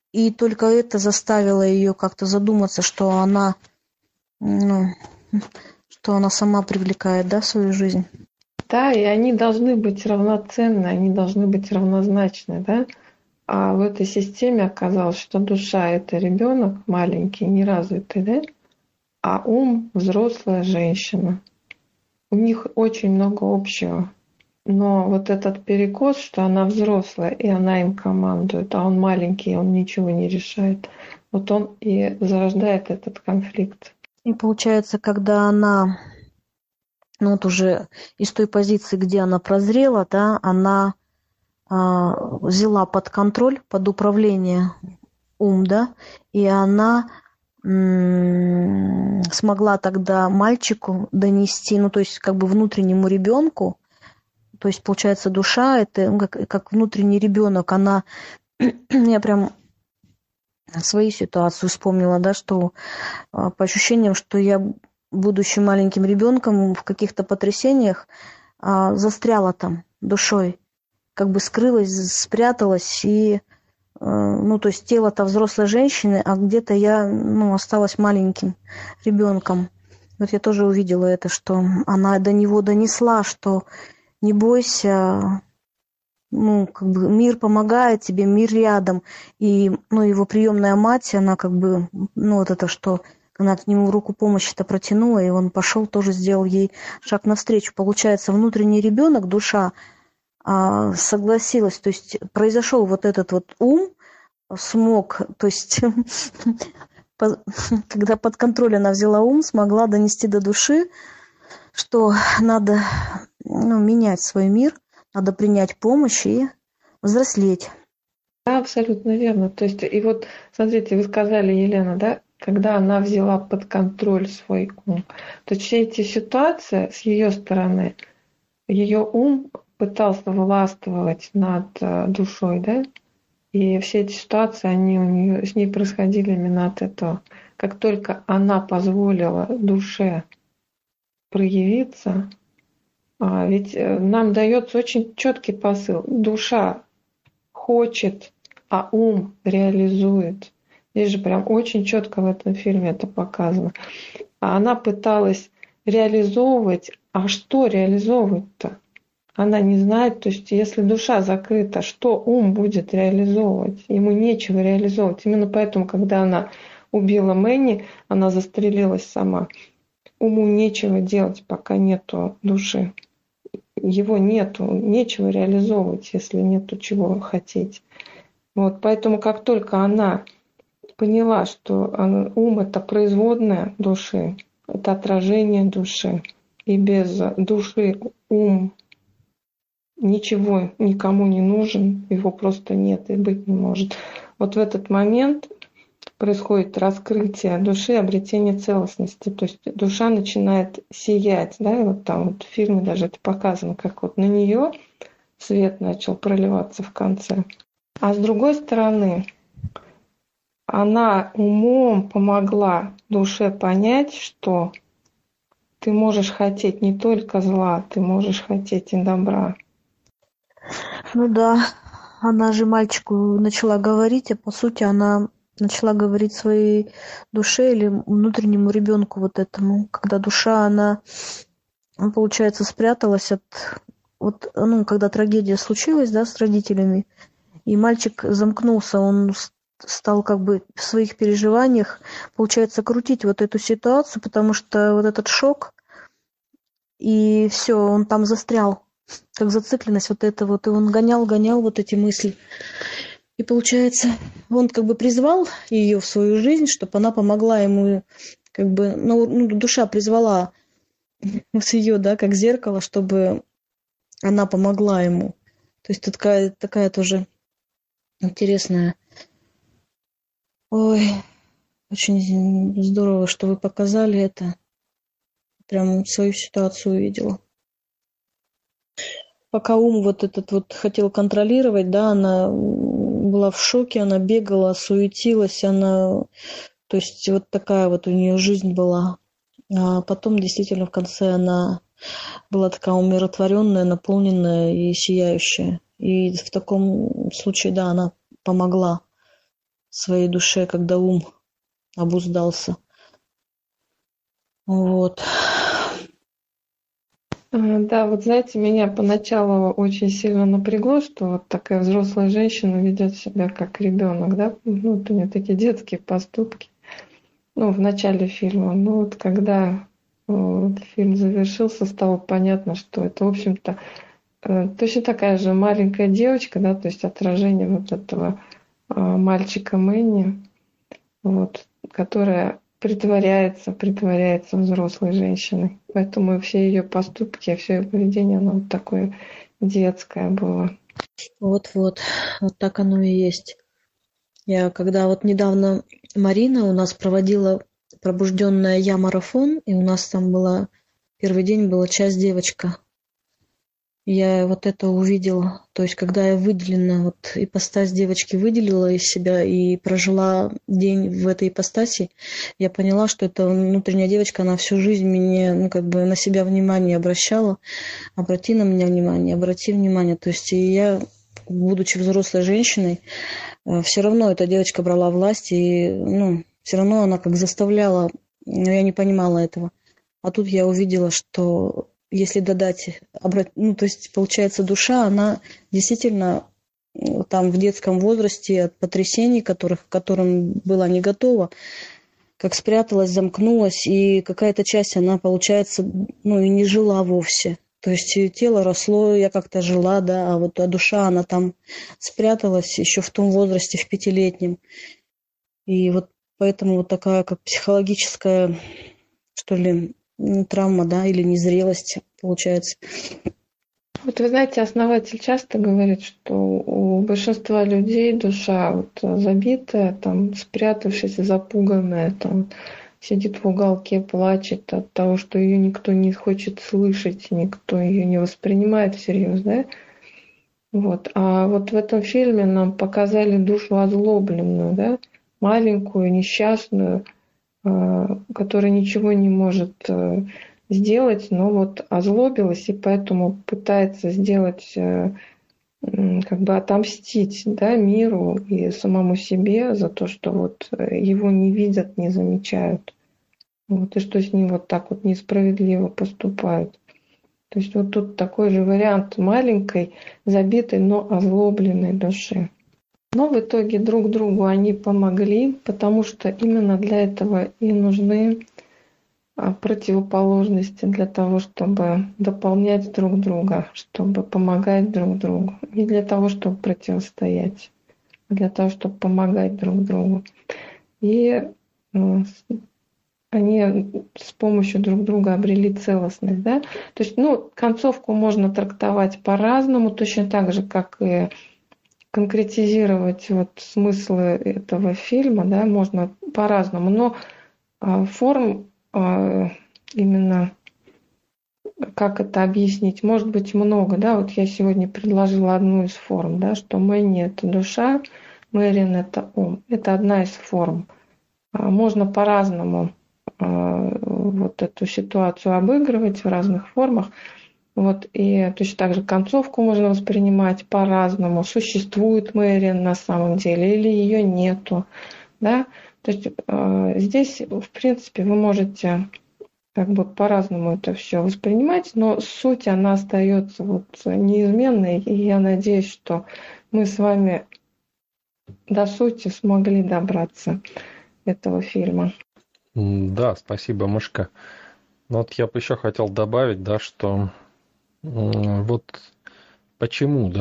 И только это заставило ее как-то задуматься, что она, ну, что она сама привлекает, да, в свою жизнь. Да, и они должны быть равноценны, они должны быть равнозначны, да. А в этой системе оказалось, что душа – это ребенок маленький, неразвитый, да, а ум – взрослая женщина. У них очень много общего. Но вот этот перекос, что она взрослая, и она им командует, а он маленький, он ничего не решает, вот он и зарождает этот конфликт. И получается, когда она, ну вот уже из той позиции, где она прозрела, да, она взяла под контроль, под управление ум, да, и она смогла тогда мальчику донести, ну то есть как бы внутреннему ребенку, то есть получается душа, это как внутренний ребенок, она, я прям свою ситуацию вспомнила, да, что по ощущениям, что я, будучи маленьким ребенком, в каких-то потрясениях застряла там душой, как бы скрылась, спряталась, и, ну, то есть тело-то взрослой женщины, а где-то я, ну, осталась маленьким ребенком. Вот я тоже увидела это, что она до него донесла, что не бойся, ну, как бы мир помогает тебе, мир рядом. И, ну, его приемная мать, она как бы, ну, вот это, что она к нему руку помощи-то протянула, и он пошел, тоже сделал ей шаг навстречу. Получается, внутренний ребенок, душа, согласилась, то есть произошел вот этот вот ум, смог, то есть когда под контроль она взяла ум, смогла донести до души, что надо, ну, менять свой мир, надо принять помощь и взрослеть. Да, абсолютно верно. То есть, и вот, смотрите, вы сказали, Елена, да, когда она взяла под контроль свой ум. То есть все эти ситуации с ее стороны, ее ум пытался властвовать над душой, да, и все эти ситуации, они у нее, с ней происходили именно от этого. Как только она позволила душе проявиться, ведь нам дается очень четкий посыл. Душа хочет, а ум реализует. Здесь же прям очень четко в этом фильме это показано. А она пыталась реализовывать, а что реализовывать-то? Она не знает, то есть если душа закрыта, что ум будет реализовывать? Ему нечего реализовывать. Именно поэтому, когда она убила Мэнни, она застрелилась сама. Уму нечего делать, пока нету души. Его нету, нечего реализовывать, если нету чего хотеть. Вот, поэтому как только она поняла, что ум – это производная души, это отражение души, и без души ум ничего никому не нужен, его просто нет и быть не может. Вот в этот момент происходит раскрытие души, обретение целостности. То есть душа начинает сиять. Да? И вот там вот в фильме даже это показано, как вот на нее свет начал проливаться в конце. А с другой стороны, она умом помогла душе понять, что ты можешь хотеть не только зла, ты можешь хотеть и добра. Ну да, она же мальчику начала говорить, а по сути она начала говорить своей душе или внутреннему ребенку вот этому, когда душа, она, получается, спряталась от, вот, ну, когда трагедия случилась, да, с родителями, и мальчик замкнулся, он стал как бы в своих переживаниях, получается, крутить вот эту ситуацию, потому что вот этот шок, и все, он там застрял, как зацикленность вот это вот, и он гонял вот эти мысли. И получается, он как бы призвал ее в свою жизнь, чтобы она помогла ему, как бы, ну душа призвала с ее, да, как зеркало, чтобы она помогла ему. То есть такая тоже интересная. Ой, очень здорово, что вы показали это. Прям свою ситуацию увидела. Пока ум вот этот вот хотел контролировать, да, она была в шоке, она бегала, суетилась, она, то есть вот такая вот у нее жизнь была. А потом действительно в конце она была такая умиротворенная, наполненная и сияющая. И в таком случае, да, она помогла в своей душе, когда ум обуздался. Вот. Да, вот знаете, меня поначалу очень сильно напрягло, что вот такая взрослая женщина ведет себя как ребенок, да, ну, вот у нее такие детские поступки, ну, в начале фильма. Ну, вот когда фильм завершился, стало понятно, что это, в общем-то, точно такая же маленькая девочка, да, то есть отражение вот этого мальчика Мэнни, вот, которая притворяется взрослой женщиной. Поэтому все ее поступки, все ее поведение, оно вот такое детское было. Вот так оно и есть. Я когда вот недавно Марина у нас проводила пробужденная я марафон, и у нас там была первый день была часть девочка. Я вот это увидела. То есть, когда я выделена, вот ипостась девочки выделила из себя и прожила день в этой ипостаси, я поняла, что эта внутренняя девочка, она всю жизнь мне, ну, как бы на себя внимание обращала. Обрати на меня внимание, обрати внимание. То есть, и я, будучи взрослой женщиной, все равно эта девочка брала власть, и, ну, все равно она как заставляла, но я не понимала этого. А тут я увидела, что если додать, ну, то есть, получается, душа, она действительно там в детском возрасте от потрясений, к которым была не готова, как спряталась, замкнулась, и какая-то часть, она, получается, ну, и не жила вовсе. То есть тело росло, я как-то жила, да, а душа, она там спряталась еще в том возрасте, в 5-летнем. И вот поэтому вот такая как психологическая, что ли, травма, да, или незрелость получается. Вот вы знаете, основатель часто говорит, что у большинства людей душа вот забитая, там, спрятавшаяся, запуганная, там, сидит в уголке, плачет от того, что ее никто не хочет слышать, никто ее не воспринимает всерьез, да? Вот. А вот в этом фильме нам показали душу озлобленную, да? Маленькую, несчастную, которая ничего не может сделать, но вот озлобилась и поэтому пытается сделать, как бы отомстить, да, миру и самому себе за то, что вот его не видят, не замечают. Вот, и что с ним вот так вот несправедливо поступают. То есть вот тут такой же вариант маленькой, забитой, но озлобленной души. Но в итоге друг другу они помогли, потому что именно для этого и нужны противоположности, для того, чтобы дополнять друг друга, чтобы помогать друг другу. Не для того, чтобы противостоять, а для того, чтобы помогать друг другу. И они с помощью друг друга обрели целостность. Да? То есть, ну, концовку можно трактовать по-разному, точно так же, как и конкретизировать вот смыслы этого фильма, да, можно по-разному, но форм именно как это объяснить, может быть много, да, вот я сегодня предложила одну из форм, да, что Мэнни — это душа, Мэриан — это ум, это одна из форм. Можно по-разному вот эту ситуацию обыгрывать в разных формах. Вот, и точно так же концовку можно воспринимать по-разному. Существует Мэриан на самом деле или ее нету. Да? То есть здесь, в принципе, вы можете как бы по-разному это все воспринимать, но суть, она остается вот неизменной. И я надеюсь, что мы с вами до сути смогли добраться этого фильма. Да, спасибо, Мышка. Ну вот я бы еще хотел добавить, да, что вот почему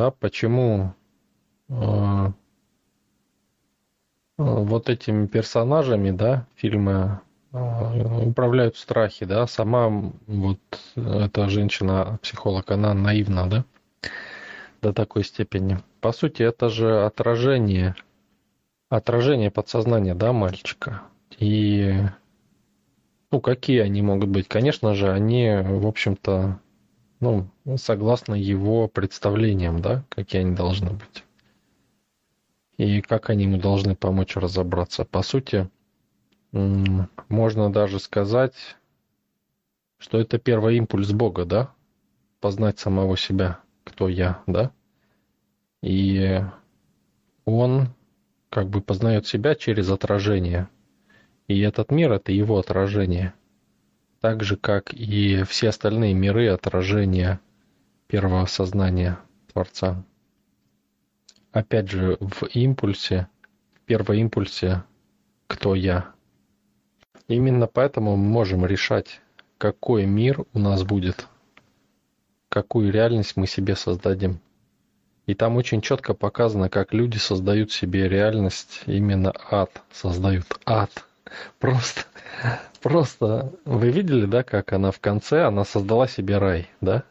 вот этими персонажами, да, фильма управляют страхи, да, сама вот эта женщина-психолог, она наивна, да, до такой степени. По сути, это же отражение подсознания, да, мальчика. И, ну, какие они могут быть? Конечно же, они, в общем-то, ну, согласно его представлениям, да, какие они должны быть. И как они ему должны помочь разобраться. По сути, можно даже сказать, что это первый импульс Бога, да, познать самого себя, кто я, да. И он как бы познает себя через отражение. И этот мир — это его отражение. Так же, как и все остальные миры — отражения первого сознания Творца. Опять же, в первом импульсе «Кто я?». Именно поэтому мы можем решать, какой мир у нас будет, какую реальность мы себе создадим. И там очень четко показано, как люди создают себе реальность, именно ад. Создают ад. Просто вы видели, да, как она в конце, она создала себе рай, да?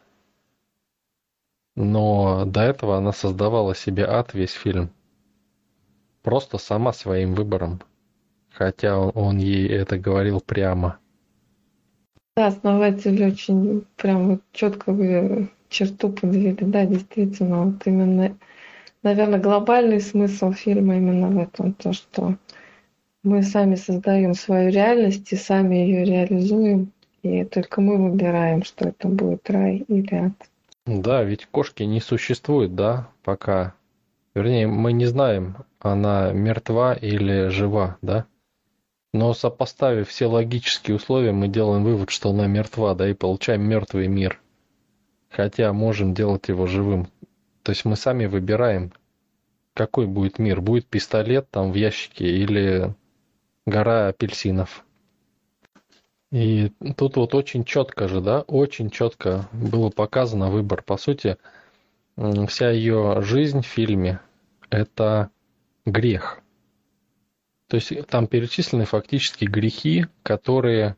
Но до этого она создавала себе ад весь фильм. Просто сама своим выбором. Хотя он ей это говорил прямо. Да, основатели очень прям четко вы черту подвели. Да, действительно, вот именно, наверное, глобальный смысл фильма именно в этом, то, что мы сами создаем свою реальность и сами ее реализуем, и только мы выбираем, что это будет рай или ад. Да, ведь кошки не существует, да, пока. Вернее, мы не знаем, она мертва или жива, да? Но сопоставив все логические условия, мы делаем вывод, что она мертва, да, и получаем мертвый мир. Хотя можем делать его живым. То есть мы сами выбираем, какой будет мир. Будет пистолет там в ящике или гора апельсинов. И тут вот очень четко же, да, очень четко было показано выбор. По сути, вся ее жизнь в фильме – это грех. То есть там перечислены фактически грехи, которые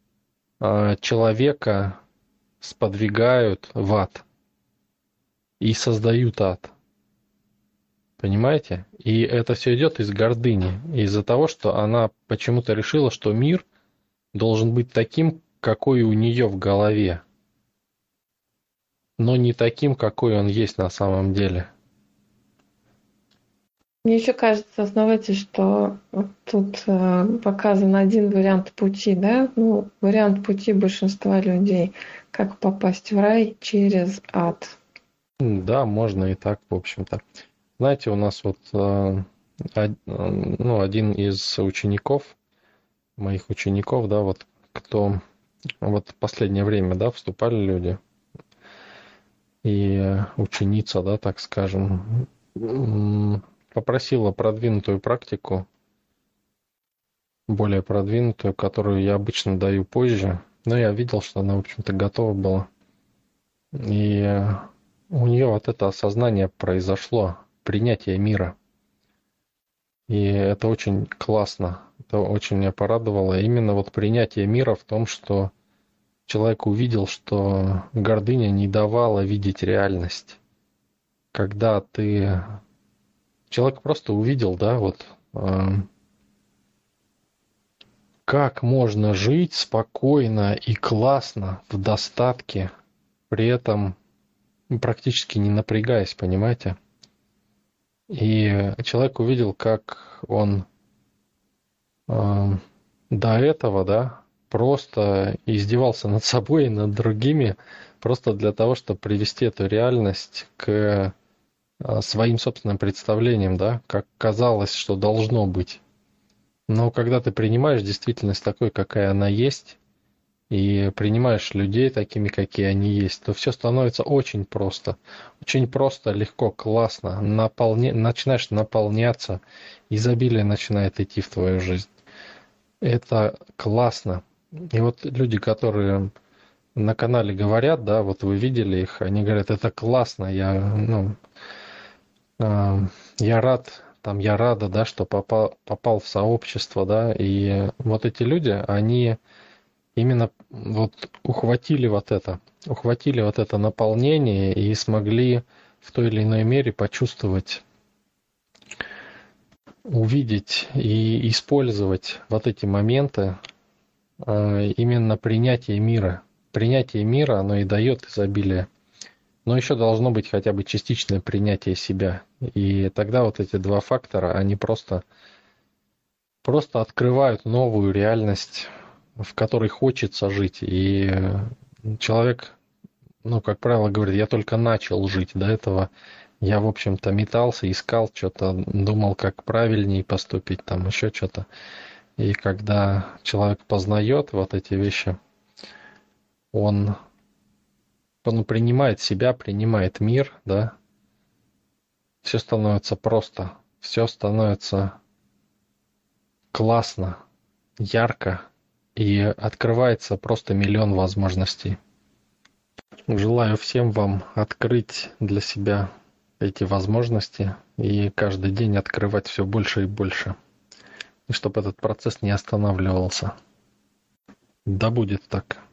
человека сподвигают в ад и создают ад. Понимаете? И это все идет из гордыни, из-за того, что она почему-то решила, что мир должен быть таким, какой у нее в голове, но не таким, какой он есть на самом деле. Мне еще кажется, основатель, что вот тут показан один вариант пути, да? Ну, вариант пути большинства людей, как попасть в рай через ад. Да, можно и так, в общем-то. Знаете, у нас вот один из учеников, моих учеников, да, вот кто вот в последнее время, да, вступали люди, и ученица, да, так скажем, попросила продвинутую практику, более продвинутую, которую я обычно даю позже, но я видел, что она, в общем-то, готова была. И у нее вот это осознание произошло, принятие мира. И это очень классно, это очень меня порадовало. Именно вот принятие мира в том, что человек увидел, что гордыня не давала видеть реальность. Когда человек просто увидел, да, вот как можно жить спокойно и классно, в достатке, при этом практически не напрягаясь, понимаете? И человек увидел, как он до этого, да, просто издевался над собой и над другими, просто для того, чтобы привести эту реальность к своим собственным представлениям, да, как казалось, что должно быть. Но когда ты принимаешь действительность такой, какая она есть, и принимаешь людей такими, какие они есть, то все становится очень просто, легко, классно, начинаешь наполняться, изобилие начинает идти в твою жизнь. Это классно. И вот люди, которые на канале говорят, да, вот вы видели их, они говорят, это классно, я рада, да, что попал в сообщество, да, и вот эти люди, они именно вот ухватили вот это наполнение и смогли в той или иной мере почувствовать, увидеть и использовать вот эти моменты именно принятия мира. Принятие мира, оно и дает изобилие. Но еще должно быть хотя бы частичное принятие себя. И тогда вот эти два фактора, они просто открывают новую реальность, в которой хочется жить. И человек, как правило, говорит, я только начал жить, до этого Я, в общем-то, метался, искал что-то, думал, как правильнее поступить, там еще что-то. И когда человек познает вот эти вещи, он принимает себя, принимает мир, да, все становится просто, все становится классно, ярко, и открывается просто миллион возможностей. Желаю всем вам открыть для себя эти возможности и каждый день открывать все больше и больше. И чтобы этот процесс не останавливался. Да будет так.